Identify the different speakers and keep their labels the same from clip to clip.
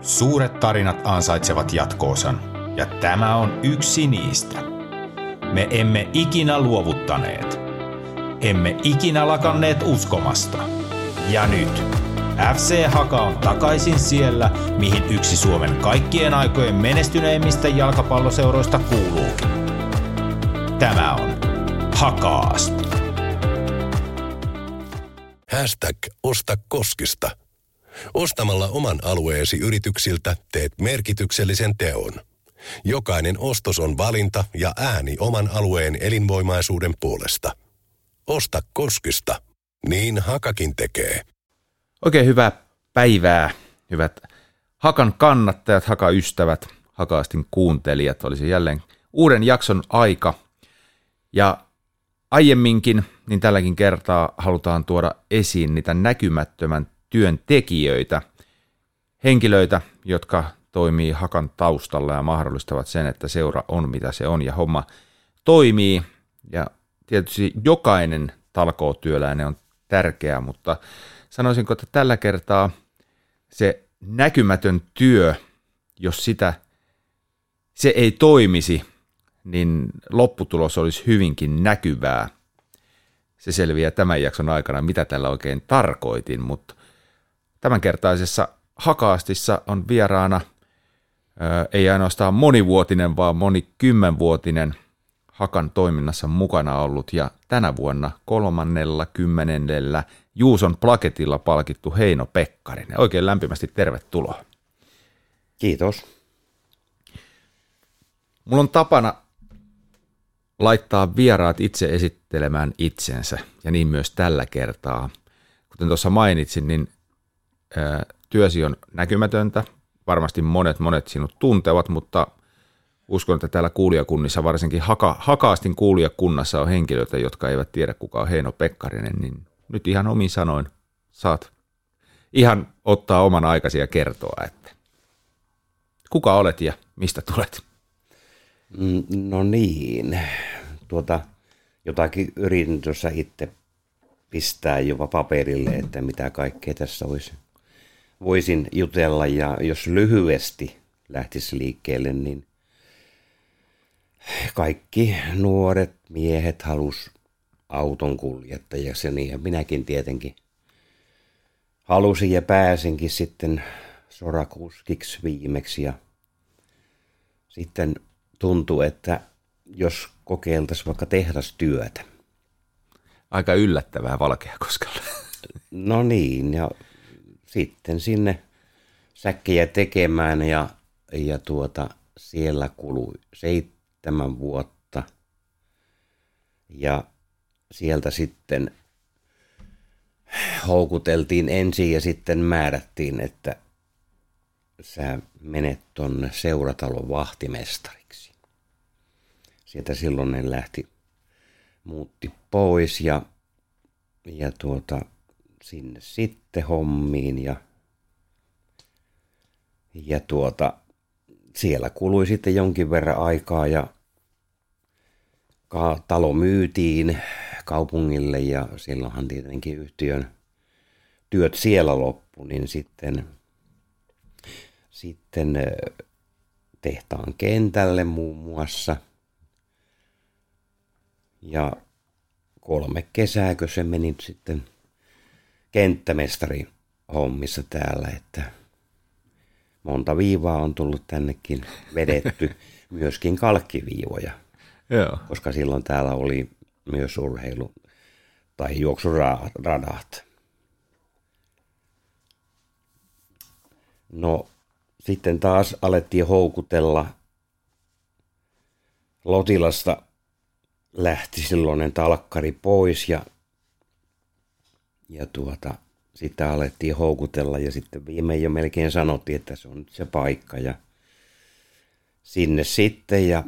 Speaker 1: Suuret tarinat ansaitsevat jatko-osan, ja tämä on yksi niistä. Me emme ikinä luovuttaneet. Emme ikinä lakanneet uskomasta. Ja nyt FC Haka on takaisin siellä, mihin yksi Suomen kaikkien aikojen menestyneimmistä jalkapalloseuroista kuuluukin. Tämä on Hakaast.
Speaker 2: #Osta Koskista. Ostamalla oman alueesi yrityksiltä teet merkityksellisen teon. Jokainen ostos on valinta ja ääni oman alueen elinvoimaisuuden puolesta. Osta Koskista. Niin Hakakin tekee.
Speaker 3: Oikein hyvää päivää, hyvät Hakan kannattajat, Haka-ystävät, Hakaastin kuuntelijat. Olisi jälleen uuden jakson aika. Ja aiemminkin, niin tälläkin kertaa halutaan tuoda esiin niitä näkymättömän työntekijöitä, henkilöitä, jotka toimii Hakan taustalla ja mahdollistavat sen, että seura on mitä se on ja homma toimii. Ja tietysti jokainen talkootyöläinen on tärkeä, mutta sanoisinko, että tällä kertaa se näkymätön työ, jos se ei toimisi, niin lopputulos olisi hyvinkin näkyvää. Se selviää tämän jakson aikana, mitä tällä oikein tarkoitin, mutta tämänkertaisessa Hakaastissa on vieraana ei ainoastaan monivuotinen, vaan monikymmenvuotinen Hakan toiminnassa mukana ollut ja tänä vuonna 30. Juuson plaketilla palkittu Heino Pekkarinen. Oikein lämpimästi tervetuloa.
Speaker 4: Kiitos.
Speaker 3: Mulla on tapana laittaa vieraat itse esittelemään itsensä ja niin myös tällä kertaa. Kuten tuossa mainitsin, niin työsi on näkymätöntä. Varmasti monet sinut tuntevat, mutta uskon, että täällä kuulijakunnissa, varsinkin Hakaastin kuulijakunnassa on henkilöitä, jotka eivät tiedä kuka on Heino Pekkarinen, niin nyt ihan omin sanoin saat ihan ottaa oman aikasi ja kertoa, että kuka olet ja mistä tulet?
Speaker 4: No niin, jotakin yritin tuossa itse pistää jopa paperille, että mitä kaikkea tässä voisin jutella, ja jos lyhyesti lähtisi liikkeelle, niin kaikki nuoret miehet halus auton kuljettajaksi, ja niin ja minäkin tietenkin halusin ja pääsinkin sitten sorakuskiksi viimeksi, ja sitten tuntui, että jos kokeiltaisiin vaikka tehdastyötä.
Speaker 3: Aika yllättävää Valkeakoskella.
Speaker 4: No niin, ja sitten sinne säkkejä tekemään ja siellä kului 7 vuotta. Ja sieltä sitten houkuteltiin ensin ja sitten määrättiin, että sä menet tonne seuratalon vahtimestariksi. Sieltä silloin ne muutti pois ja sinne sitten hommiin ja siellä kului sitten jonkin verran aikaa ja talo myytiin kaupungille ja silloinhan tietenkin yhtiön työt siellä loppu, niin sitten tehtaan kentälle muun muassa. Ja 3 kesääkö se meni sitten kenttämestari hommissa täällä, että monta viivaa on tullut tännekin vedetty, myöskin kalkkiviivoja.
Speaker 3: Joo. Koska
Speaker 4: silloin täällä oli myös urheilu- tai juoksuradat. No sitten taas alettiin houkutella. Lotilasta lähti silloinen talkkari pois ja sitten alettiin houkutella ja sitten viimein jo melkein sanottiin, että se on nyt se paikka ja sinne sitten ja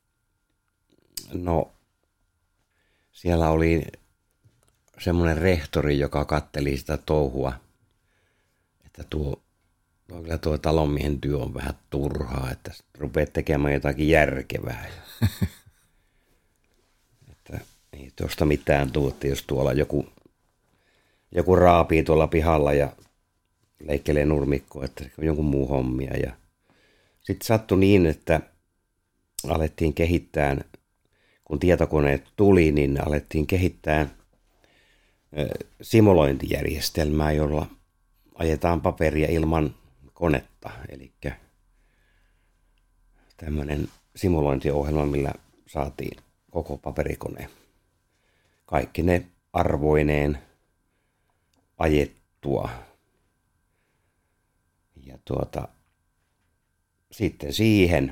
Speaker 4: no siellä oli semmoinen rehtori, joka katteli sitä touhua, että tuo talonmiehen työ on vähän turhaa, että rupeat tekemään jotakin järkevää. Että ei tuosta mitään tule, jos tuolla joku raapii tuolla pihalla ja leikkelee nurmikkoa, että se on jonkun muun hommia. Ja sitten sattui niin, että alettiin kehittää, kun tietokoneet tuli, niin alettiin kehittää simulointijärjestelmää, jolla ajetaan paperia ilman konetta. Eli tämmöinen simulointiohjelma, millä saatiin koko paperikone. Kaikki ne arvoineen ajettua. Ja sitten siihen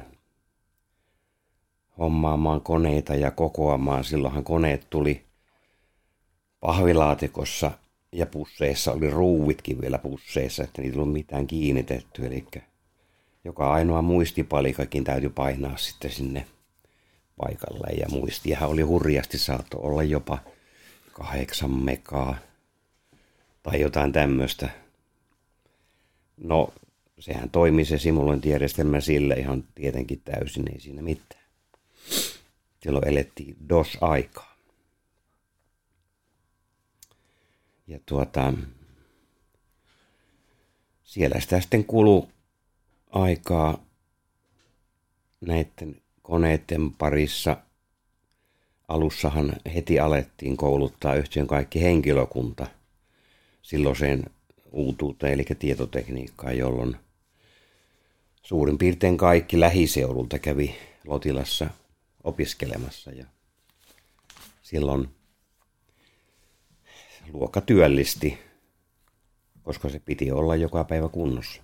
Speaker 4: hommaamaan koneita ja kokoamaan. Silloinhan koneet tuli pahvilaatikossa ja pusseissa oli ruuvitkin vielä pusseissa, että niitä ei ollut mitään kiinnitetty. Eli joka ainoa muistipalikakin täytyy painaa sitten sinne paikalle. Ja muistiahan oli hurjasti, saattoi olla jopa 8 megaa tai jotain tämmöistä. No, sehän toimi se simulointijärjestelmä sille ihan tietenkin täysin, ei siinä mitään. Silloin elettiin DOS-aikaa. Ja siellä sitä sitten kului aikaa näiden koneiden parissa. Alussahan heti alettiin kouluttaa yhtiön kaikki henkilökunta silloiseen uutuuteen, eli tietotekniikkaan, jolloin suurin piirtein kaikki lähiseudulta kävi Lotilassa opiskelemassa. Ja silloin luokka työllisti, koska se piti olla joka päivä kunnossa.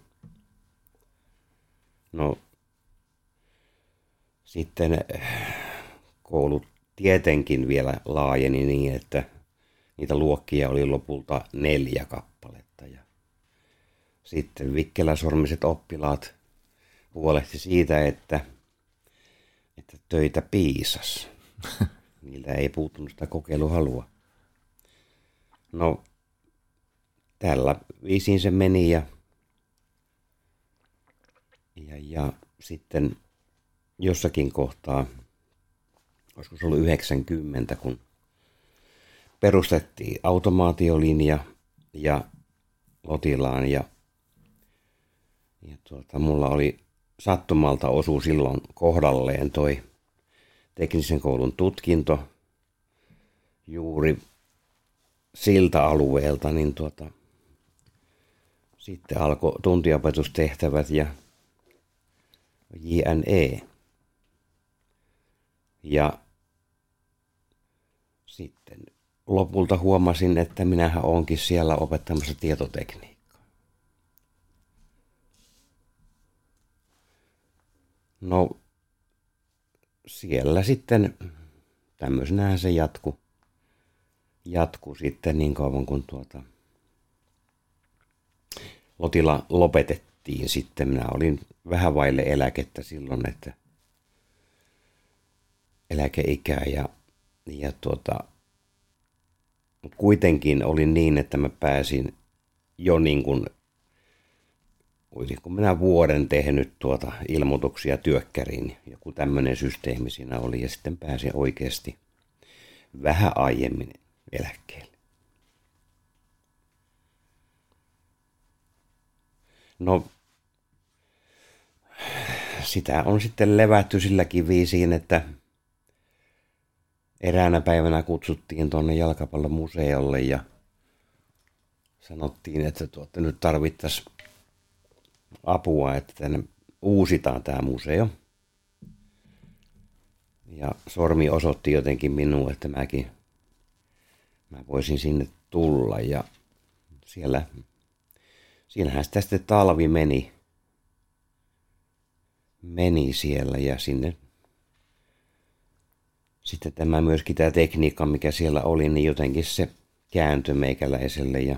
Speaker 4: No, sitten koulut tietenkin vielä laajeni niin, että niitä luokkia oli lopulta 4 kappaletta. Ja sitten vikkeläsormiset oppilaat huolehti siitä, että töitä piisasi. Niillä ei puuttunut sitä kokeiluhalua. No, tällä viisiin se meni ja sitten jossakin kohtaa, olisiko se ollut 90, kun perustettiin automaatiolinja ja Lotilaan ja mulla oli sattumalta osu silloin kohdalleen toi teknisen koulun tutkinto juuri siltä alueelta, niin sitten alkoi tuntiopetustehtävät ja JNE. Ja sitten lopulta huomasin, että minähän olenkin siellä opettamassa tietotekniikkaa. No, siellä sitten tämmöisenähän se jatkui sitten niin kauan kun Lotila lopetettiin sitten. Minä olin vähän vaille eläkettä silloin, että eläkeikää ja kuitenkin olin niin, että mä pääsin jo niin kuin, olisinko minä vuoden tehnyt ilmoituksia työkkäriin, joku tämmöinen systeemi siinä oli, ja sitten pääsin oikeasti vähän aiemmin eläkkeelle. No, sitä on sitten levätty silläkin viisiin, että eräänä päivänä kutsuttiin tuonne jalkapallomuseolle ja sanottiin, että nyt tarvittaisiin apua, että tänne uusitaan tämä museo. Ja sormi osoitti jotenkin minuun, että mä voisin sinne tulla. Ja siinähän sitä sitten talvi meni siellä ja sinne sitten myöskin tämä tekniikka, mikä siellä oli, niin jotenkin se kääntyi meikäläiselle ja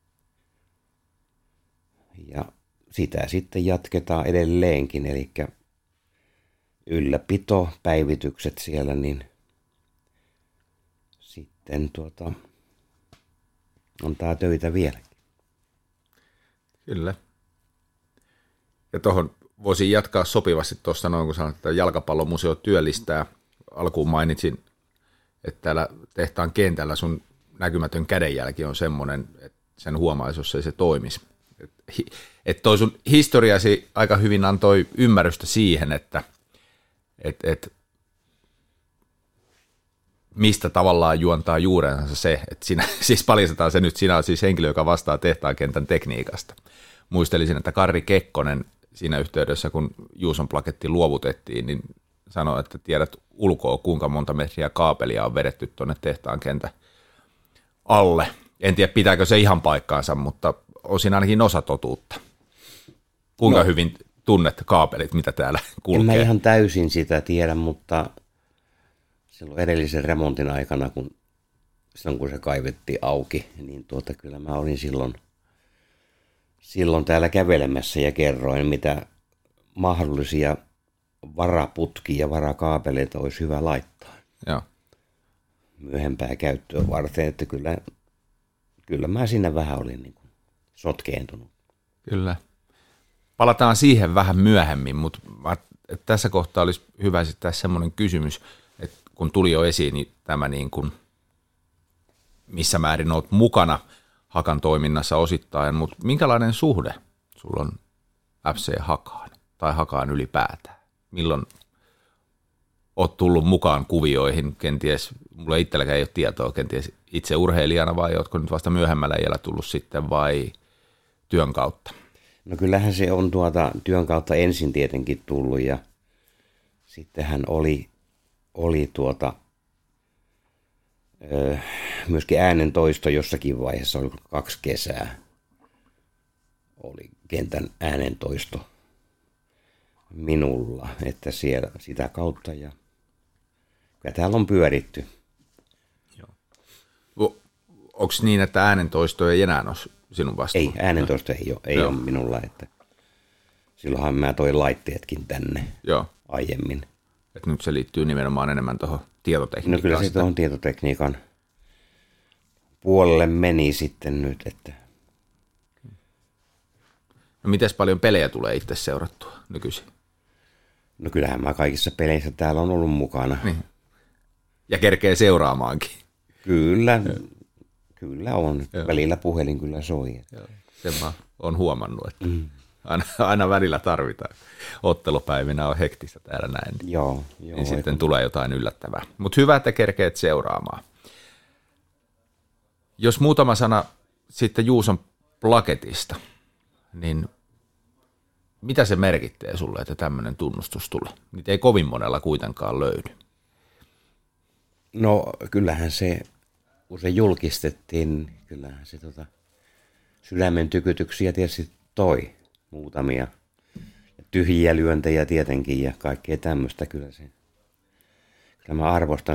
Speaker 4: sitä sitten jatketaan edelleenkin, eli ylläpito, päivitykset siellä, niin sitten on tää töitä vieläkin.
Speaker 3: Kyllä. Ja tuohon voisin jatkaa sopivasti tuosta noin, kun sanoit, että jalkapallomuseo työllistää. Alkuun mainitsin, että täällä tehtaan kentällä sun näkymätön kädenjälki on semmoinen, että sen huomaisi, jos ei se toimisi. Et että toi sun historiasi aika hyvin antoi ymmärrystä siihen, että mistä tavallaan juontaa juurensa se, että sinä, siis paljastetaan se nyt, sinä olet siis henkilö, joka vastaa tehtaankentän tekniikasta. Muistelisin, että Karri Kekkonen siinä yhteydessä, kun Juuson plaketti luovutettiin, niin sanoi, että tiedät ulkoa, kuinka monta metriä kaapelia on vedetty tuonne tehtaankentän alle. En tiedä, pitääkö se ihan paikkaansa, mutta on siinä ainakin osa totuutta. Kuinka hyvin tunnet kaapelit, mitä täällä kulkee?
Speaker 4: En mä ihan täysin sitä tiedä, mutta silloin edellisen remontin aikana, silloin kun se kaivettiin auki, niin kyllä mä olin silloin täällä kävelemässä ja kerroin, mitä mahdollisia varaputkia ja varakaapeleita olisi hyvä laittaa.
Speaker 3: Joo.
Speaker 4: Myöhempää käyttöä varten, että kyllä mä siinä vähän olin niin kuin sotkeentunut.
Speaker 3: Kyllä. Palataan siihen vähän myöhemmin, mutta tässä kohtaa olisi hyvä esittää semmoinen kysymys, että kun tuli jo esiin niin tämä niin kuin, missä määrin olet mukana Hakan toiminnassa osittain, mutta minkälainen suhde sulla on FC Hakaan tai Hakaan ylipäätään? Milloin olet tullut mukaan kuvioihin, kenties, mulla itselläkään ei ole tietoa, kenties itse urheilijana vai oletko nyt vasta myöhemmällä iällä tullut sitten vai työn kautta?
Speaker 4: No kyllähän se on työn kautta ensin tietenkin tullut ja sitten hän oli myöskin äänentoisto jossakin vaiheessa, oli 2 kesää, oli kentän äänentoisto minulla, että siellä sitä kautta ja kyllä täällä on pyöritty.
Speaker 3: Onko niin, että äänentoisto ei enää ole sinun vastuulla?
Speaker 4: Ei, äänentoisto ei ole minulla, että silloinhan mä toin laitteetkin tänne aiemmin.
Speaker 3: Et nyt se liittyy nimenomaan enemmän tuohon tietotekniikkaan.
Speaker 4: No kyllä se tuohon tietotekniikan puolelle meni sitten nyt, että...
Speaker 3: No mites paljon pelejä tulee itse seurattua nykyisin?
Speaker 4: No kyllähän mä kaikissa peleissä täällä on ollut mukana. Niin.
Speaker 3: Ja kerkee seuraamaankin.
Speaker 4: Kyllä on. Joo. Välillä puhelin kyllä soi.
Speaker 3: Joo. Sen mä oon huomannut, että aina välillä tarvitaan. Ottelupäivinä on hektistä täällä näin.
Speaker 4: Joo,
Speaker 3: niin sitten tulee jotain yllättävää. Mutta hyvä, että kerkeet seuraamaan. Jos muutama sana sitten Juuson plaketista, niin mitä se merkittää sulle, että tämmöinen tunnustus tulee? Niitä ei kovin monella kuitenkaan löydy.
Speaker 4: No kyllähän se, kun se julkistettiin, kyllähän se sydämen tykytyksiä tietysti toi muutamia. Tyhjiä lyöntejä tietenkin ja kaikkea tämmöistä. Kyllä mä arvostan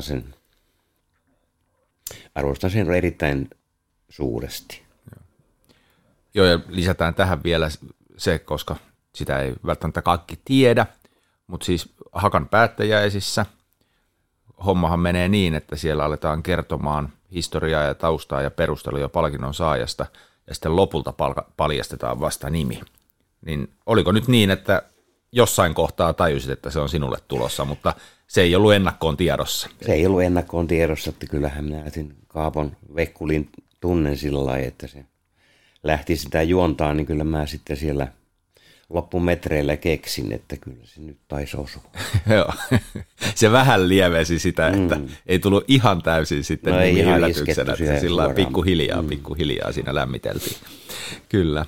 Speaker 4: sen erittäin suuresti.
Speaker 3: Joo, ja lisätään tähän vielä se, koska sitä ei välttämättä kaikki tiedä, mutta siis Hakan päättäjäisissä hommahan menee niin, että siellä aletaan kertomaan historiaa ja taustaa ja perusteluja palkinnon saajasta, ja sitten lopulta paljastetaan vasta nimi. Niin oliko nyt niin, että jossain kohtaa tajusit, että se on sinulle tulossa, mutta se ei ollut ennakkoon tiedossa?
Speaker 4: Se ei ollut ennakkoon tiedossa, että kyllähän minä Kaapon Vekkulin tunnen sillä lailla, että se lähti sitä juontaa, niin kyllä mä sitten siellä loppumetreillä keksin, että kyllä se nyt taisi osua.
Speaker 3: Joo, se vähän lievesi sitä, että ei tullut ihan täysin sitten nimi yllätyksenä, että sillä pikkuhiljaa siinä lämmiteltiin. Kyllä.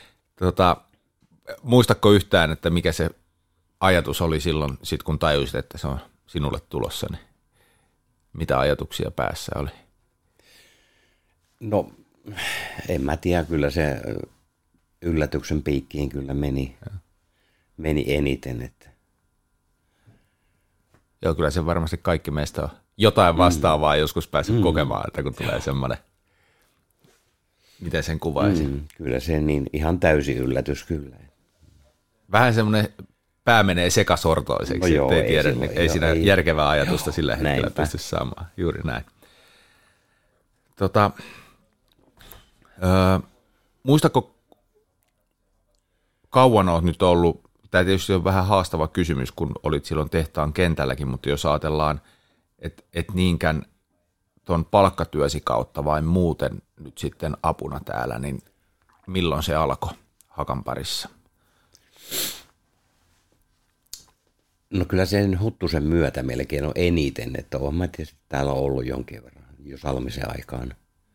Speaker 3: Muistatko yhtään, että mikä se ajatus oli silloin, sit kun tajusit, että se on sinulle tulossa, niin mitä ajatuksia päässä oli?
Speaker 4: No, en mä tiedä, kyllä se yllätyksen piikkiin kyllä meni eniten. Että.
Speaker 3: Joo, kyllä se varmasti kaikki meistä on jotain vastaavaa joskus päässyt kokemaan, että kun tulee semmoinen, miten sen kuvaisin.
Speaker 4: Kyllä se niin ihan täysi yllätys kyllä.
Speaker 3: Vähän semmoinen pää menee sekasortoiseksi, no ettei tiedä, ei siinä järkevää ajatusta sillä hetkellä pysty saamaan. Juuri näin. Muistatko, kauan olet nyt ollut, tämä tietysti on vähän haastava kysymys, kun olit silloin tehtaan kentälläkin, mutta jos ajatellaan, että niinkään tuon palkkatyösi kautta vai muuten nyt sitten apuna täällä, niin milloin se alkoi hakan parissa?
Speaker 4: No kyllä sen Huttusen myötä melkein on eniten, että olen mä tietysti täällä on ollut jonkin verran jo Salmisen aikaan.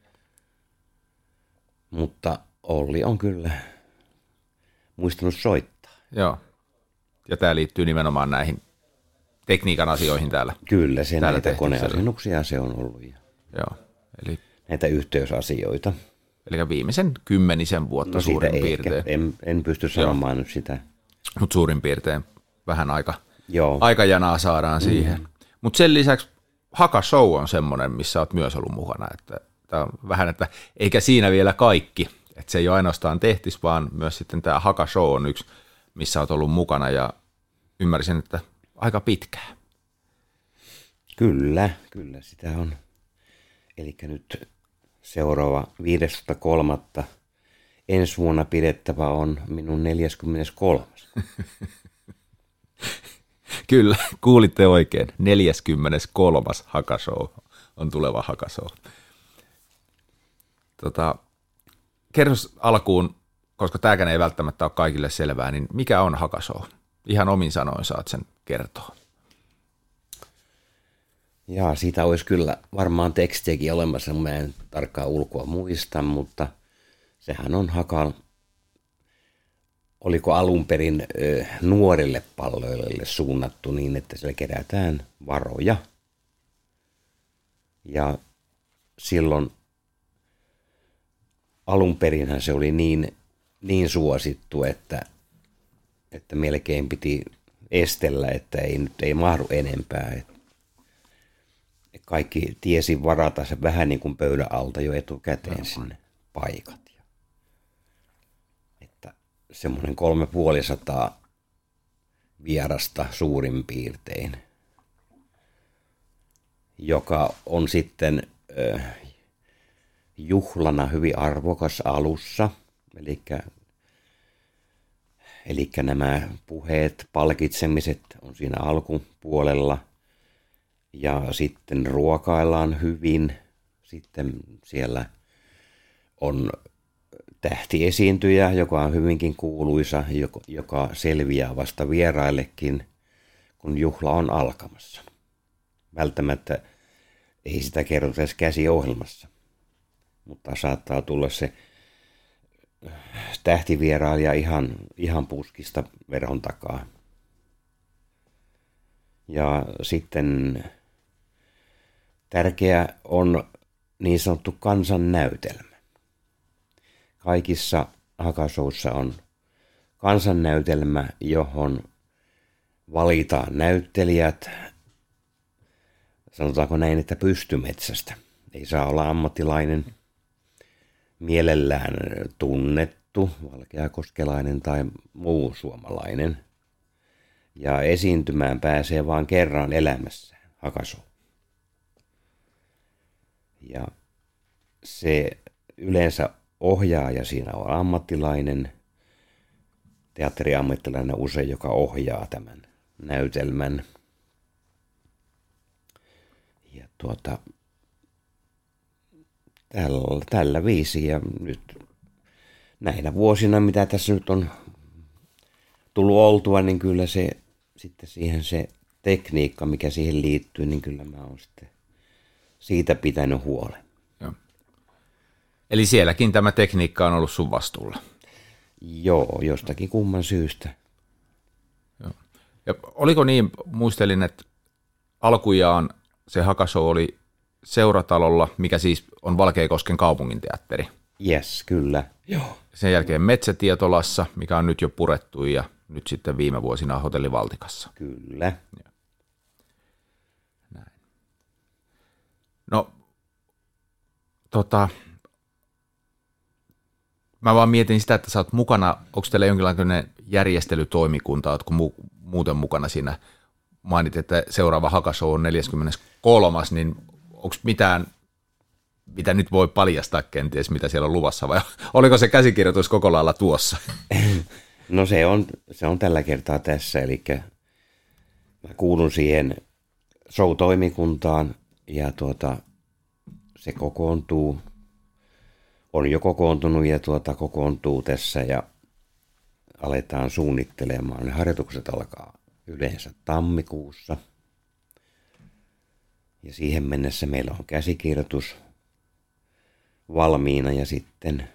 Speaker 4: Mutta Olli on kyllä muistanut soittaa.
Speaker 3: Joo. Ja tämä liittyy nimenomaan näihin tekniikan asioihin täällä.
Speaker 4: Kyllä, se
Speaker 3: täällä
Speaker 4: näitä koneasennuksia se on ollut.
Speaker 3: Joo. Eli
Speaker 4: näitä yhteysasioita.
Speaker 3: Eli viimeisen 10 vuotta suurin piirtein.
Speaker 4: En pysty sanomaan nyt sitä.
Speaker 3: Mutta suurin piirtein vähän aikajanaa saadaan siihen. Mutta sen lisäksi Hakashow on semmoinen, missä olet myös ollut mukana. Että on vähän, että eikä siinä vielä kaikki. Että se ei ole ainoastaan tehtis, vaan myös sitten tämä Hakashow on yksi, missä olet ollut mukana. Ja ymmärsin, että aika pitkään.
Speaker 4: Kyllä sitä on. Eli nyt seuraava 15.3. ensi vuonna pidettävä on minun 43.
Speaker 3: Kyllä, kuulitte oikein. 43. Hakashow on tuleva Hakashow. Kerros alkuun, koska tämäkään ei välttämättä ole kaikille selvää, niin mikä on Hakashow? Ihan omin sanoin saat sen kertoa.
Speaker 4: Jaa, siitä olisi kyllä varmaan tekstiäkin olemassa, mä en tarkkaan ulkoa muista, mutta sehän on oliko alun perin nuorille palloille suunnattu niin, että siellä kerätään varoja. Ja silloin alun perinhän se oli niin suosittu, että melkein piti estellä, että ei mahdu enempää. Kaikki tiesi varata se vähän niin kuin pöydän alta jo etukäteen sinne paikat. Että semmoinen 350 vierasta suurin piirtein, joka on sitten juhlana hyvin arvokas alussa. Eli nämä puheet, palkitsemiset on siinä alkupuolella. Ja sitten ruokaillaan hyvin. Sitten siellä on tähtiesiintyjä, joka on hyvinkin kuuluisa, joka selviää vasta vieraillekin, kun juhla on alkamassa. Välttämättä ei sitä kerrota edes käsiohjelmassa, mutta saattaa tulla se tähtivierailija ihan puskista verhon takaa. Ja sitten tärkeä on niin sanottu kansannäytelmä. Kaikissa Hakashowissa on kansannäytelmä, johon valitaan näyttelijät, sanotaanko näin, että pystymetsästä. Ei saa olla ammattilainen, mielellään tunnettu, valkeakoskelainen tai muu suomalainen. Ja esiintymään pääsee vain kerran elämässä Hakashow. Ja se yleensä ohjaaja siinä on ammattilainen, teatteriammattilainen usein, joka ohjaa tämän näytelmän. Ja tällä viisi ja nyt näinä vuosina, mitä tässä nyt on tullut oltua, niin kyllä se sitten siihen se tekniikka, mikä siihen liittyy, niin kyllä mä oon sitten siitä pitänyt huolen.
Speaker 3: Joo. Eli sielläkin tämä tekniikka on ollut sun vastuulla?
Speaker 4: Joo, jostakin kumman syystä.
Speaker 3: Joo. Ja oliko niin, muistelin, että alkujaan se Hakashow oli Seuratalolla, mikä siis on Valkeakosken kaupunginteatteri.
Speaker 4: Yes, kyllä. Joo.
Speaker 3: Sen jälkeen Metsätietolassa, mikä on nyt jo purettu, ja nyt sitten viime vuosina Hotelli Valtikassa.
Speaker 4: Kyllä.
Speaker 3: Ja. Näin. No, mä vaan mietin sitä, että sä oot mukana, onko teillä jonkinlainen järjestelytoimikunta, ootko muuten mukana siinä? Mainit, että seuraava Hakashow on 43, niin onko mitään, mitä nyt voi paljastaa kenties, mitä siellä on luvassa, vai oliko se käsikirjoitus koko lailla tuossa?
Speaker 4: No se on tällä kertaa tässä, eli mä kuulun siihen show-toimikuntaan, ja se kokoontuu, on jo kokoontunut ja kokoontuu tässä, ja aletaan suunnittelemaan. Ne harjoitukset alkaa yleensä tammikuussa. Ja siihen mennessä meillä on käsikirjoitus valmiina ja sitten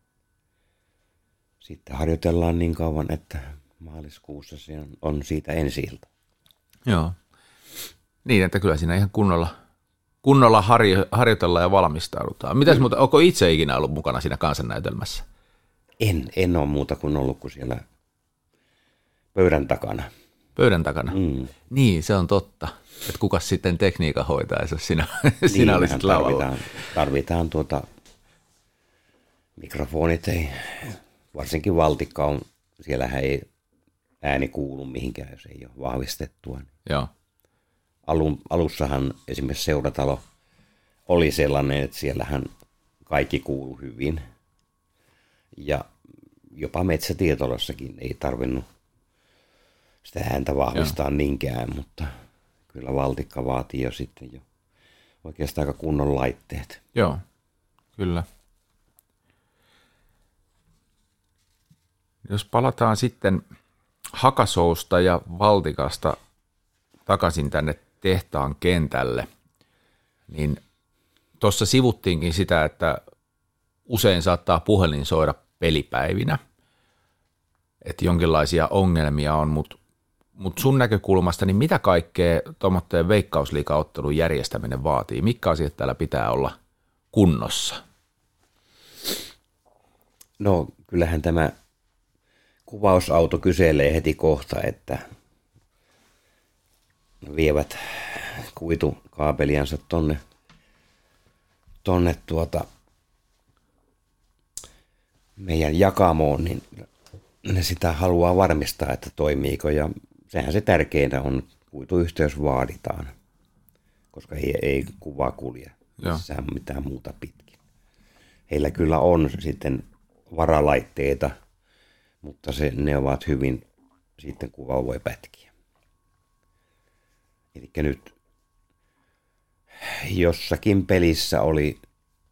Speaker 4: harjoitellaan niin kauan, että maaliskuussa se on siitä ensi-ilta.
Speaker 3: Joo. Niin, että kyllä siinä ihan kunnolla harjoitellaan ja valmistaudutaan. Mitäs muuta, onko itse ikinä ollut mukana siinä kansannäytelmässä?
Speaker 4: En ole muuta kuin ollut kuin siellä pöydän takana.
Speaker 3: Pöydän takana? Niin, se on totta. Että kukas sitten tekniikan hoitaisi, jos sinä olisit lavalla.
Speaker 4: Tarvitaan mikrofonit, varsinkin valtikka on, siellähän ei ääni kuulu mihinkään, jos ei ole vahvistettua.
Speaker 3: Joo.
Speaker 4: Alussahan esimerkiksi seuratalo oli sellainen, että siellähän kaikki kuului hyvin. Ja jopa metsätietolossakin ei tarvinnut sitä ääntä vahvistaa niinkään, mutta kyllä valtikka vaatii jo sitten jo oikeastaan aika kunnon laitteet.
Speaker 3: Joo, kyllä. Jos palataan sitten Hakasousta ja Valtikasta takaisin tänne tehtaan kentälle, niin tuossa sivuttiinkin sitä, että usein saattaa puhelin soida pelipäivinä, että jonkinlaisia ongelmia on, mutta sun näkökulmasta, niin mitä kaikkea tuommoitteen Veikkausliigaottelun järjestäminen vaatii? Mitkä asiat täällä pitää olla kunnossa?
Speaker 4: No kyllähän tämä kuvausauto kyselee heti kohta, että vievät kuitukaapeliansa tonne meidän jakamoon, niin ne sitä haluaa varmistaa, että toimiiko, ja sehän se tärkeintä on, kuituyhteys vaaditaan, koska ei kuvaa kulje missään mitään muuta pitkin. Heillä kyllä on sitten varalaitteita, mutta ne ovat hyvin, sitten kuva voi pätkiä. Eli nyt jossakin pelissä oli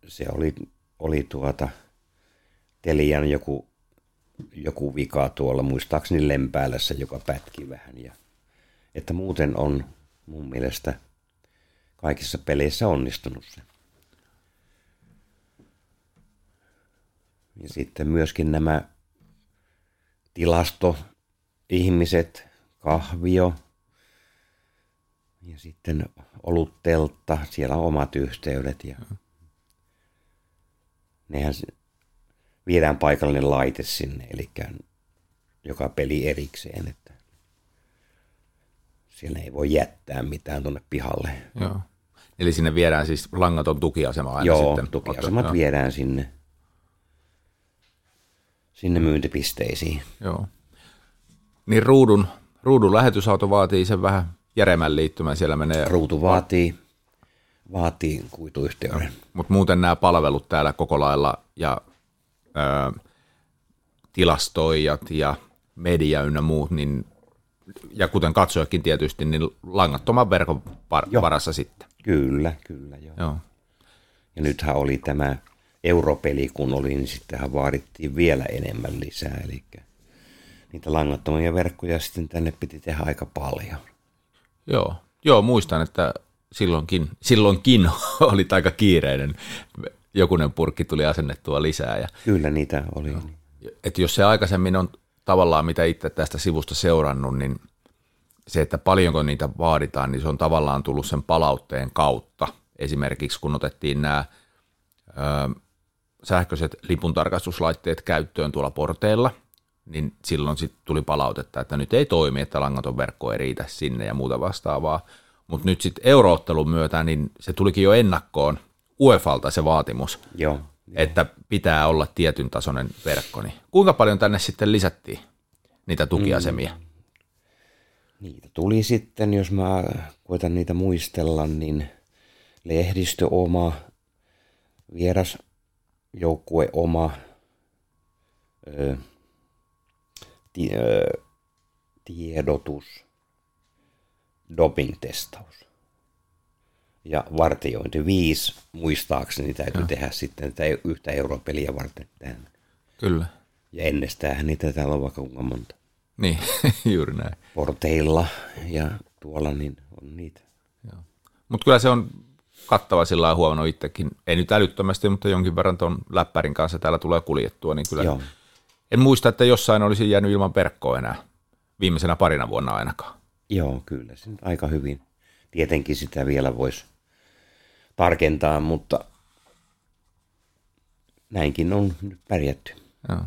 Speaker 4: Telian joku vika tuolla, muistaakseni Lempäälässä, joka pätki vähän. Ja, että muuten on mun mielestä kaikissa peleissä onnistunut se. Ja sitten myöskin nämä tilastoihmiset, kahvio ja sitten olutteltta, siellä on omat yhteydet ja nehän viedään paikallinen laite sinne, eli joka peli erikseen, että siellä ei voi jättää mitään tuonne pihalle.
Speaker 3: Joo. Eli sinne viedään siis langaton tukiasema aina
Speaker 4: sitten?
Speaker 3: Joo,
Speaker 4: tukiasemat viedään sinne myyntipisteisiin.
Speaker 3: Joo. Niin ruudun lähetysauto vaatii sen vähän järemmän liittymän, siellä menee...
Speaker 4: Ruutu vaatii kuituyhteyden.
Speaker 3: Mutta muuten nämä palvelut täällä koko lailla ja tilastoijat ja media ynnä muut, niin, ja kuten katsojakin tietysti, niin langattoman verkon varassa sitten.
Speaker 4: Kyllä, joo. Ja nythän oli tämä europeli, kun oli, niin sittenhän vaadittiin vielä enemmän lisää, eli niitä langattomia verkkoja sitten tänne piti tehdä aika paljon.
Speaker 3: Joo, muistan, että silloinkin oli aika kiireinen. Jokunen purkki tuli asennettua lisää. Ja,
Speaker 4: kyllä niitä oli.
Speaker 3: että jos se aikaisemmin on tavallaan, mitä itse tästä sivusta seurannut, niin se, että paljonko niitä vaaditaan, niin se on tavallaan tullut sen palautteen kautta. Esimerkiksi kun otettiin nämä sähköiset lipuntarkastuslaitteet käyttöön tuolla porteilla, niin silloin sitten tuli palautetta, että nyt ei toimi, että langaton verkko ei riitä sinne ja muuta vastaavaa. Mutta nyt sitten euroottelun myötä, niin se tulikin jo ennakkoon UEFalta se vaatimus, että pitää olla tietyn tasoinen verkko. Niin kuinka paljon tänne sitten lisättiin niitä tukiasemia?
Speaker 4: Niitä tuli sitten, jos mä koitan niitä muistella, niin lehdistö oma, vierasjoukkue oma, tiedotus, doping-testaus ja vartiointi. 5 muistaakseni täytyy tehdä sitten yhtä europeliä varten tähän.
Speaker 3: Kyllä.
Speaker 4: Ja ennestään niitä täällä on vaikka kuinka monta.
Speaker 3: Niin, juuri näin.
Speaker 4: Porteilla ja tuolla niin on niitä.
Speaker 3: Mutta kyllä se on kattava sillä lailla huomannut itsekin. Ei nyt älyttömästi, mutta jonkin verran tuon läppärin kanssa täällä tulee kuljettua. Niin kyllä
Speaker 4: Joo.
Speaker 3: en muista, että jossain olisi jäänyt ilman verkkoa enää viimeisenä parina vuonna ainakaan.
Speaker 4: Joo, kyllä se nyt aika hyvin. Tietenkin sitä vielä voisi tarkentaa, mutta näinkin on nyt pärjätty.
Speaker 3: Joo.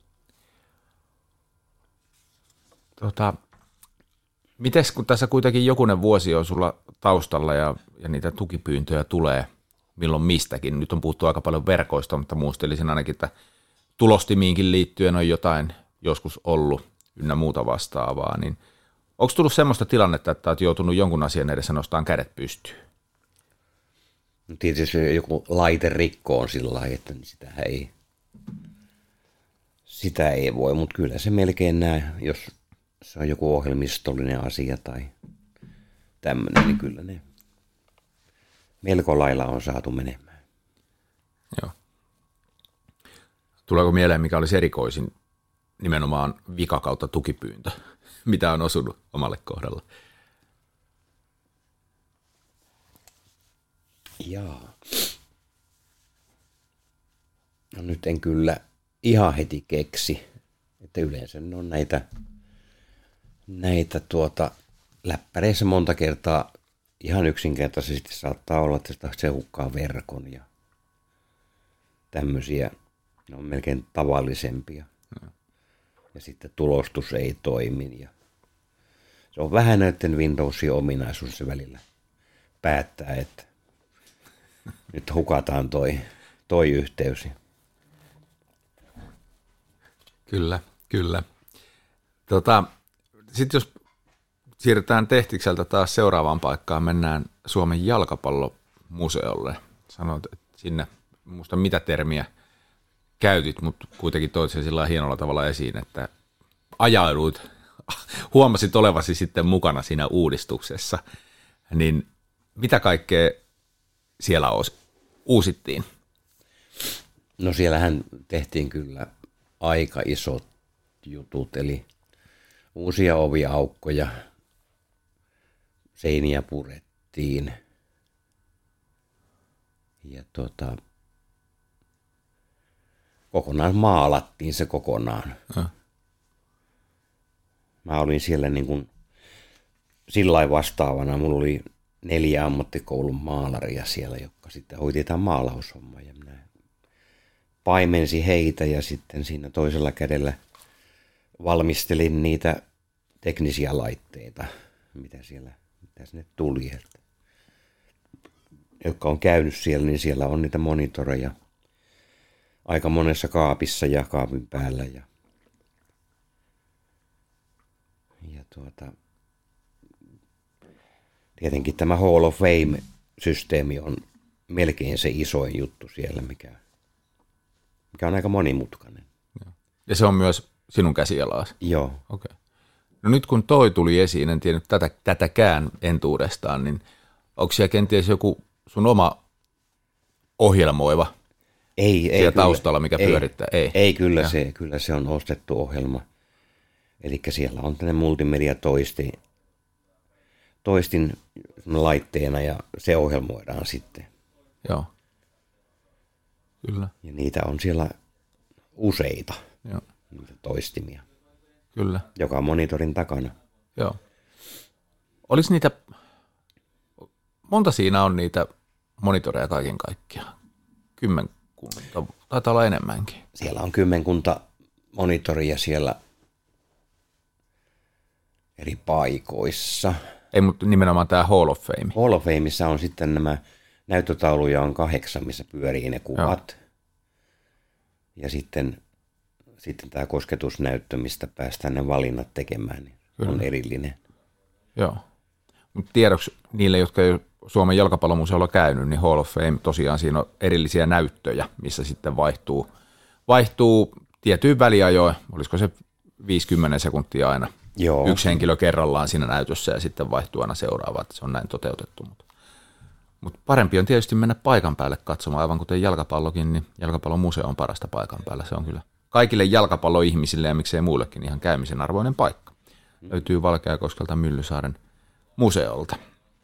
Speaker 3: Mites kun tässä kuitenkin jokunen vuosi on sulla taustalla ja niitä tukipyyntöjä tulee milloin mistäkin. Nyt on puhuttu aika paljon verkoista, mutta muistelisin ainakin, että tulostimiinkin liittyen on jotain joskus ollut ynnä muuta vastaavaa. Niin onko tullut semmoista tilannetta, että olet joutunut jonkun asian edessä nostamaan kädet pystyyn?
Speaker 4: No tietysti joku laite rikkoon sillä lailla, että sitä ei voi, mutta kyllä se melkein näe, jos se on joku ohjelmistollinen asia tai tämmöinen, niin kyllä ne melko lailla on saatu menemään.
Speaker 3: Joo. Tuleeko mieleen, mikä olisi erikoisin nimenomaan vika kautta tukipyyntö, mitä on osunut omalle kohdalla?
Speaker 4: Jaa. No nyt en kyllä ihan heti keksi, että yleensä ne on näitä läppäreissä monta kertaa ihan yksinkertaisesti saattaa olla, että se hukkaa verkon ja tämmöisiä, ne on melkein tavallisempia. Ja sitten tulostus ei toimi ja se on vähän näiden Windowsin ominaisuus se välillä päättää, että nyt hukataan toi yhteys.
Speaker 3: Kyllä, kyllä. Sitten jos siirrytään Tehtikseltä taas seuraavaan paikkaan, mennään Suomen jalkapallomuseolle. Sanoit, että sinne, muista mitä termiä käytit, mutta kuitenkin toit sen sillä hienolla tavalla esiin, että ajauduit, huomasit olevasi sitten mukana siinä uudistuksessa. Niin mitä kaikkea siellä uusittiin?
Speaker 4: No siellähän tehtiin kyllä aika isot jutut, eli uusia oviaukkoja, seiniä purettiin ja kokonaan maalattiin se kokonaan. Mä olin siellä niin kuin sillä vastaavana, mulla oli 4 ammattikoulun maalaria siellä, jotka sitten hoiti tämän maalaushommaa ja minä paimensin heitä ja sitten siinä toisella kädellä valmistelin niitä teknisiä laitteita, mitä sinne tuli. Että, jotka on käynyt siellä, niin siellä on niitä monitoreja aika monessa kaapissa ja kaapin päällä. Ja tietenkin tämä Hall of Fame-systeemi on melkein se isoin juttu siellä, mikä on aika monimutkainen.
Speaker 3: Ja se on myös sinun käsialasi?
Speaker 4: Joo.
Speaker 3: Okay. No nyt kun toi tuli esiin, en tiennyt tätäkään entuudestaan, niin onko siellä kenties joku sun oma ohjelmoiva siellä taustalla, mikä pyörittää?
Speaker 4: Ei kyllä se on ostettu ohjelma. Eli siellä on tämmöinen multimedia toistin laitteena ja se ohjelmoidaan sitten.
Speaker 3: Joo. Kyllä.
Speaker 4: Ja niitä on siellä useita,
Speaker 3: Joo.
Speaker 4: niitä toistimia.
Speaker 3: Kyllä.
Speaker 4: Joka monitorin takana.
Speaker 3: Joo. Olis niitä, monta siinä on niitä monitoreja kaiken kaikkiaan? 10, taitaa olla enemmänkin.
Speaker 4: Siellä on 10 monitoria siellä eri paikoissa.
Speaker 3: Ei, mutta nimenomaan tämä Hall of Fame.
Speaker 4: Hall of Fameissa on sitten nämä näyttötauluja on 8, missä pyörii ne kuvat. Joo. Ja sitten tämä kosketusnäyttö, mistä päästään ne valinnat tekemään, niin on erillinen. Joo.
Speaker 3: Mutta tiedoksi niille, jotka ei ole Suomen jalkapallomuseolla käynyt, niin Hall of Fame tosiaan siinä on erillisiä näyttöjä, missä sitten vaihtuu tietyin väliajoin, olisiko se 50 sekuntia aina. Joo. Yksi henkilö kerrallaan siinä näytössä ja sitten vaihtuu aina seuraava, että se on näin toteutettu. Mutta parempi on tietysti mennä paikan päälle katsomaan, aivan kuten jalkapallokin, niin jalkapallomuseo on parasta paikan päällä, se on kyllä kaikille jalkapalloihmisille ja miksei muillekin ihan käymisen arvoinen paikka. Löytyy Valkeakoskelta Myllysaaren museolta.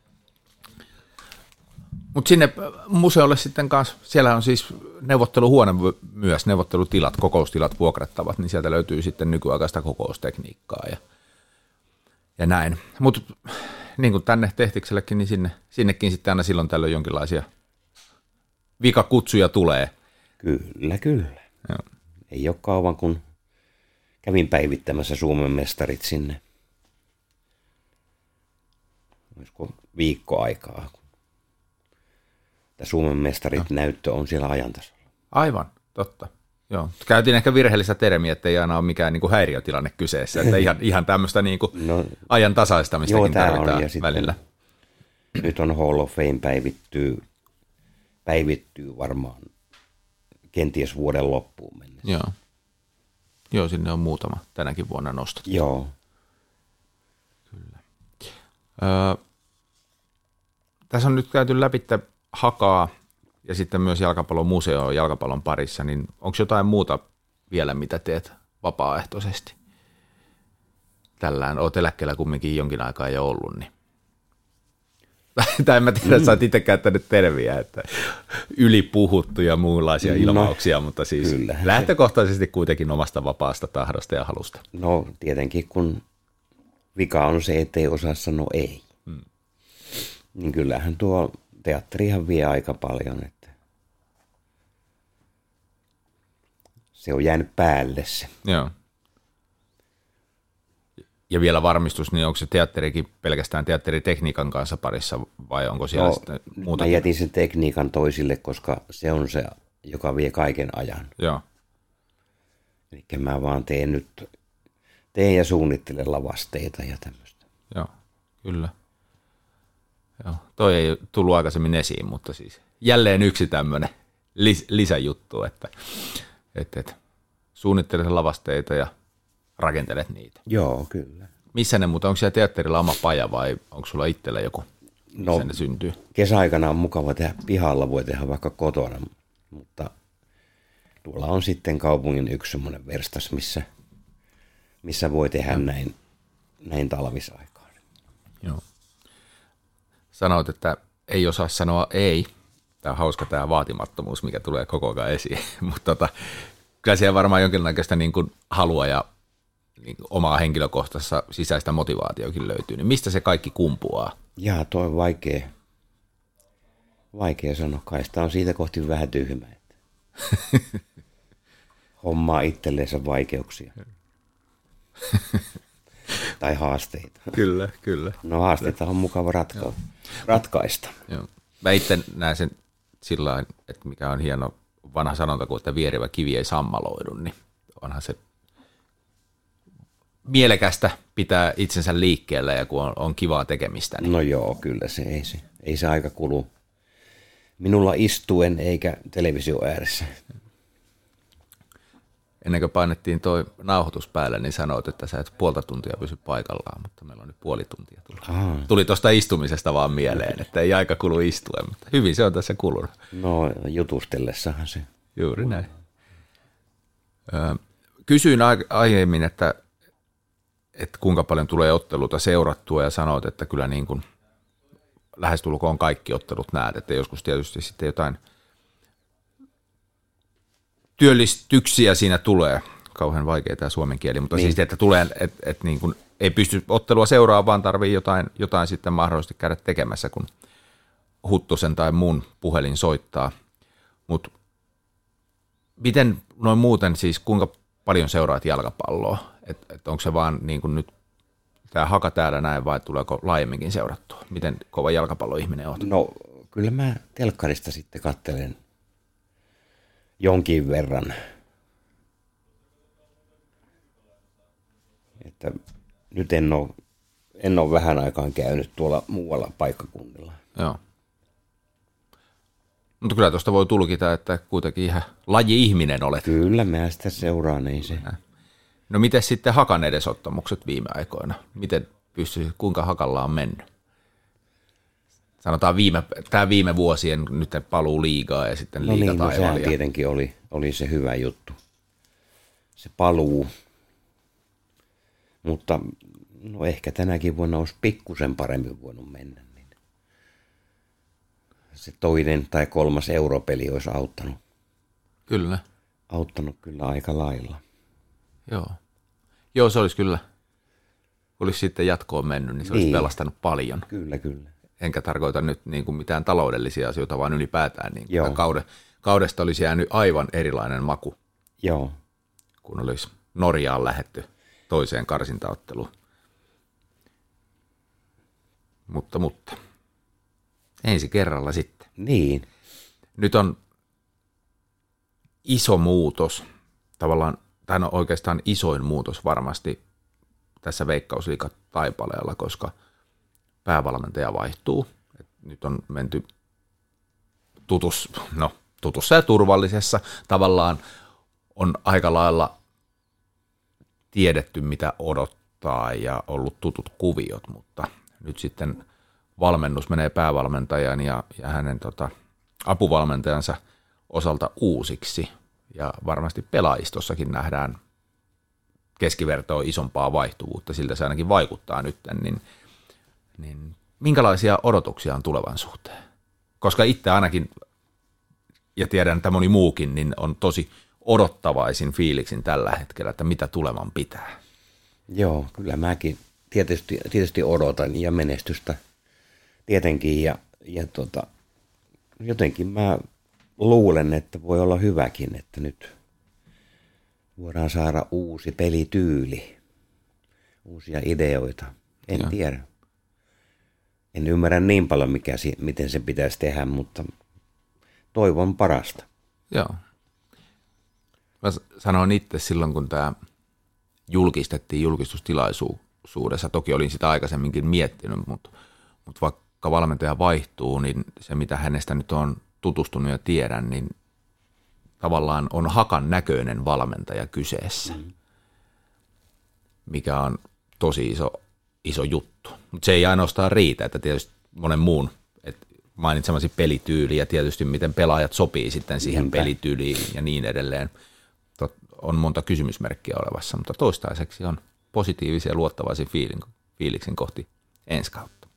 Speaker 3: Mutta sinne museolle sitten kanssa, siellä on siis neuvotteluhuone myös, neuvottelutilat, kokoustilat vuokrattavat, niin sieltä löytyy sitten nykyaikaista kokoustekniikkaa ja näin. Mutta niin kuin tänne Tehtiksellekin, niin sinnekin sitten aina silloin tällöin jonkinlaisia vikakutsuja tulee.
Speaker 4: Kyllä.
Speaker 3: Joo.
Speaker 4: Ei ole kauan, kun kävin päivittämässä Suomen mestarit sinne. Olisiko viikko aikaa, kun tämä Suomen mestarit näyttö on siellä ajantasolla.
Speaker 3: Aivan, totta. Joo. Käytiin ehkä virheellistä termiä, että ei aina ole mikään niin kuin häiriötilanne kyseessä, että ihan tämmöistä niin kuin ajan tasaistamistakin tarvitaan välillä.
Speaker 4: Nyt on Hall of Fame päivittyy varmaan kenties vuoden loppuun mennessä.
Speaker 3: Joo, sinne on muutama tänäkin vuonna nostettu.
Speaker 4: Joo.
Speaker 3: Kyllä. Tässä on nyt käyty läpi Hakaa ja sitten myös jalkapallon museo jalkapallon parissa, niin onko jotain muuta vielä, mitä teet vapaaehtoisesti? Tällään olet eläkkeellä kumminkin jonkin aikaa jo ollut, niin. Tai en mä tiedä, sä oot itse käyttänyt termiä, että ylipuhuttu ja muunlaisia ilmauksia, mutta siis kyllä, lähtökohtaisesti kuitenkin omasta vapaasta tahdosta ja halusta.
Speaker 4: No tietenkin, kun vika on se, ettei osaa sanoa ei. Niin kyllähän tuo teatterihan vie aika paljon, että se on jäänyt päälle se.
Speaker 3: Joo. Ja vielä varmistus, niin onko se teatterikin pelkästään teatteritekniikan kanssa parissa vai onko siellä sitten muuta?
Speaker 4: Mä jätin sen tekniikan toisille, koska se on se, joka vie kaiken ajan.
Speaker 3: Joo.
Speaker 4: Eli mä vaan teen ja suunnittelen lavasteita ja tämmöistä.
Speaker 3: Joo, kyllä. Joo, toi ei tullut aikaisemmin esiin, mutta siis jälleen yksi tämmöinen lisäjuttu, että suunnittelet lavasteita ja rakentelet niitä.
Speaker 4: Joo, kyllä.
Speaker 3: Missä ne, mutta onko siellä teatterilla oma paja vai onko sulla itsellä joku, missä ne syntyy?
Speaker 4: Kesäaikana on mukava tehdä pihalla, voi tehdä vaikka kotona, mutta tuolla on sitten kaupungin yksi semmoinen verstas, missä voi tehdä näin talvisaikaan.
Speaker 3: Joo. Sanoit, että ei osaa sanoa ei. Tämä on hauska tämä vaatimattomuus, mikä tulee koko ajan esiin, mutta kyllä siellä varmaan jonkinlaista niin kuin halua ja niin kuin omaa henkilökohtaisessa sisäistä motivaatiokin löytyy. Niin mistä se kaikki kumpuaa?
Speaker 4: Jaa, toi on vaikea sanoa. Kai sitä on siitä kohti vähän tyhmä. Hommaa itselleensä vaikeuksia. Tai haasteita.
Speaker 3: Kyllä.
Speaker 4: No haasteita on mukava ratkaista.
Speaker 3: Joo. Mä itse näen sen sillä lailla, että mikä on hieno vanha sanonta, kun että vierivä kivi ei sammaloidu, niin onhan se mielekästä pitää itsensä liikkeellä ja kun on kivaa tekemistä. Niin.
Speaker 4: No joo, kyllä se ei se aika kulu minulla istuen eikä televisio ääressä.
Speaker 3: Ennen kuin painettiin toi nauhoitus päälle, niin sanoit, että sä et puolta tuntia pysy paikallaan, mutta meillä on nyt puoli tuntia tullut. Tuli tuosta istumisesta vaan mieleen, että ei aika kulu istuen, mutta hyvin se on tässä kulunut.
Speaker 4: No jutustellessahan se.
Speaker 3: Juuri näin. Kysyin aiemmin, että kuinka paljon tulee otteluta seurattua ja sanoit, että kyllä niin kuin lähestulkoon kaikki ottelut näet, että joskus tietysti sitten jotain työllistyksiä siinä tulee. Kauhean vaikea tämä suomen kieli, mutta niin. Siis että tulee, että niin kuin ei pysty ottelua seuraamaan, vaan tarvii jotain sitten mahdollisesti käydä tekemässä, kun Huttusen tai mun puhelin soittaa. Mutta miten noin muuten, siis kuinka paljon seuraat jalkapalloa? Että onko se vaan niin kuin nyt tämä Haka täällä näin vai tuleeko laajemminkin seurattua? Miten kova jalkapalloihminen olet?
Speaker 4: No kyllä mä telkkarista sitten katselen jonkin verran. Että nyt en ole vähän aikaan käynyt tuolla muualla paikkakunnilla.
Speaker 3: Joo. Mutta kyllä tuosta voi tulkita, että kuitenkin ihan laji-ihminen olet.
Speaker 4: Kyllä mä sitä seuraan, ei se.
Speaker 3: No miten sitten Hakan edesottamukset viime aikoina? Kuinka Hakalla on mennyt? Sanotaan tämä viime vuosien nyt paluu liigaa ja sitten liiga
Speaker 4: no niin, sehän tietenkin oli se hyvä juttu. se paluu. Mutta no ehkä tänäkin vuonna olisi pikkusen paremmin voinut mennä. Niin se 2. tai 3. europeli olisi auttanut.
Speaker 3: Kyllä.
Speaker 4: Auttanut kyllä aika lailla.
Speaker 3: Joo, se olisi kyllä. Olisi sitten jatkoon mennyt, niin se olisi pelastanut paljon.
Speaker 4: Kyllä.
Speaker 3: Enkä tarkoita nyt niin kuin mitään taloudellisia asioita, vaan ylipäätään niin kaudesta olisi jäänyt aivan erilainen maku.
Speaker 4: Joo.
Speaker 3: Kun olisi Norjaan lähdetty toiseen karsintaotteluun. Mutta ensi kerralla sitten.
Speaker 4: Niin.
Speaker 3: Nyt on iso muutos, tavallaan, tai no oikeastaan isoin muutos varmasti tässä Veikkausliiga-taipaleella, koska päävalmentaja vaihtuu. Nyt on menty tutussa ja turvallisessa. Tavallaan on aika lailla tiedetty, mitä odottaa ja ollut tutut kuviot, mutta nyt sitten valmennus menee päävalmentajan ja hänen apuvalmentajansa osalta uusiksi. Ja varmasti pelaajistossakin nähdään keskivertoa isompaa vaihtuvuutta, siltä se ainakin vaikuttaa nyt, niin minkälaisia odotuksia on tulevan suhteen? Koska itse ainakin, ja tiedän, että moni muukin, niin on tosi odottavaisin fiiliksin tällä hetkellä, että mitä tulevan pitää.
Speaker 4: Joo, kyllä mäkin tietysti odotan ja menestystä tietenkin ja jotenkin mä luulen, että voi olla hyväkin, että nyt voidaan saada uusi pelityyli, uusia ideoita. En tiedä. En ymmärrä niin paljon, miten se pitäisi tehdä, mutta toivon parasta.
Speaker 3: Joo. Mä sanoin itse silloin, kun tämä julkistettiin julkistustilaisuudessa, toki olin sitä aikaisemminkin miettinyt, mutta vaikka valmentaja vaihtuu, niin se mitä hänestä nyt on tutustunut ja tiedän, niin tavallaan on Hakan näköinen valmentaja kyseessä, mikä on tosi iso juttu. Mutta se ei ainoastaan riitä, että tietysti monen muun mainitsemasi pelityyli ja tietysti miten pelaajat sopii sitten siihen pelityyliin ja niin edelleen. On monta kysymysmerkkiä olevassa, mutta toistaiseksi on positiivisia luottavaisia fiiliksin kohti ensi kautta.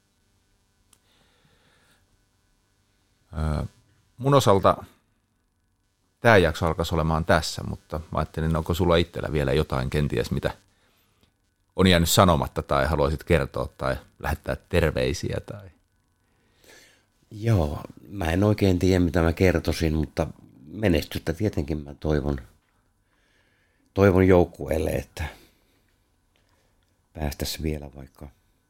Speaker 3: Mun osalta tämä jakso alkaisi olemaan tässä, mutta mä ajattelin, onko sulla itsellä vielä jotain kenties, mitä on jäänyt sanomatta tai haluaisit kertoa tai lähettää terveisiä? Tai...
Speaker 4: Joo, mä en oikein tiedä, mitä mä kertoisin, mutta menestystä tietenkin mä toivon joukkueelle, että päästäisiin vielä vaikka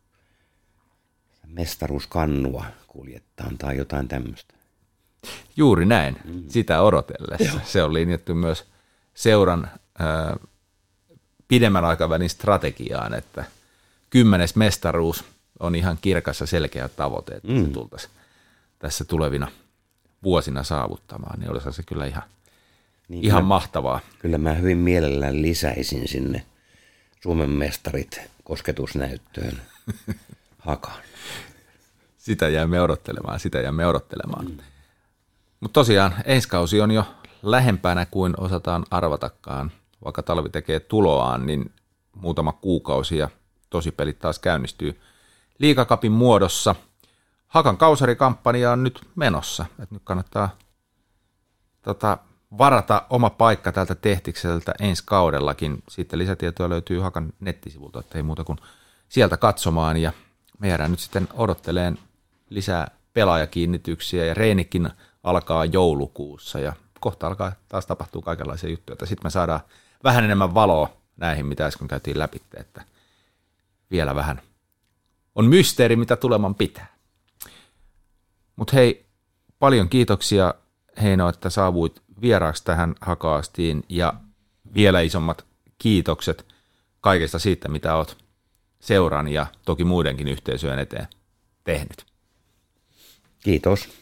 Speaker 4: mestaruuskannua kuljettaan tai jotain tämmöistä.
Speaker 3: Juuri näin, sitä odotellessa. Se on linjattu myös seuran pidemmän aikavälin strategiaan, että 10. mestaruus on ihan kirkas ja selkeä tavoite, että se tultaisiin tässä tulevina vuosina saavuttamaan, niin olisi se kyllä ihan mahtavaa. Kyllä
Speaker 4: mä hyvin mielellään lisäisin sinne Suomen mestarit kosketusnäyttöön Hakaan.
Speaker 3: Sitä jäämme odottelemaan. Mutta tosiaan ensi kausi on jo lähempänä kuin osataan arvatakaan. Vaikka talvi tekee tuloaan, niin muutama kuukausi ja tosipelit taas käynnistyy Liigacupin muodossa. Hakan kausarikampanja on nyt menossa. Et nyt kannattaa varata oma paikka tältä Tehtikseltä ensi kaudellakin. Sitten lisätietoja löytyy Hakan nettisivulta, että ei muuta kuin sieltä katsomaan. Ja me jäädään nyt sitten odotteleen lisää pelaajakiinnityksiä ja reenikin alkaa joulukuussa ja kohta alkaa taas tapahtuu kaikenlaisia juttuja, että sitten me saadaan vähän enemmän valoa näihin, mitä äsken käytiin läpi, että vielä vähän on mysteeri, mitä tuleman pitää. Mutta hei, paljon kiitoksia Heino, että saavuit vieraaksi tähän Hakaastiin ja vielä isommat kiitokset kaikesta siitä, mitä olet seuran ja toki muidenkin yhteisöjen eteen tehnyt.
Speaker 4: Kiitos.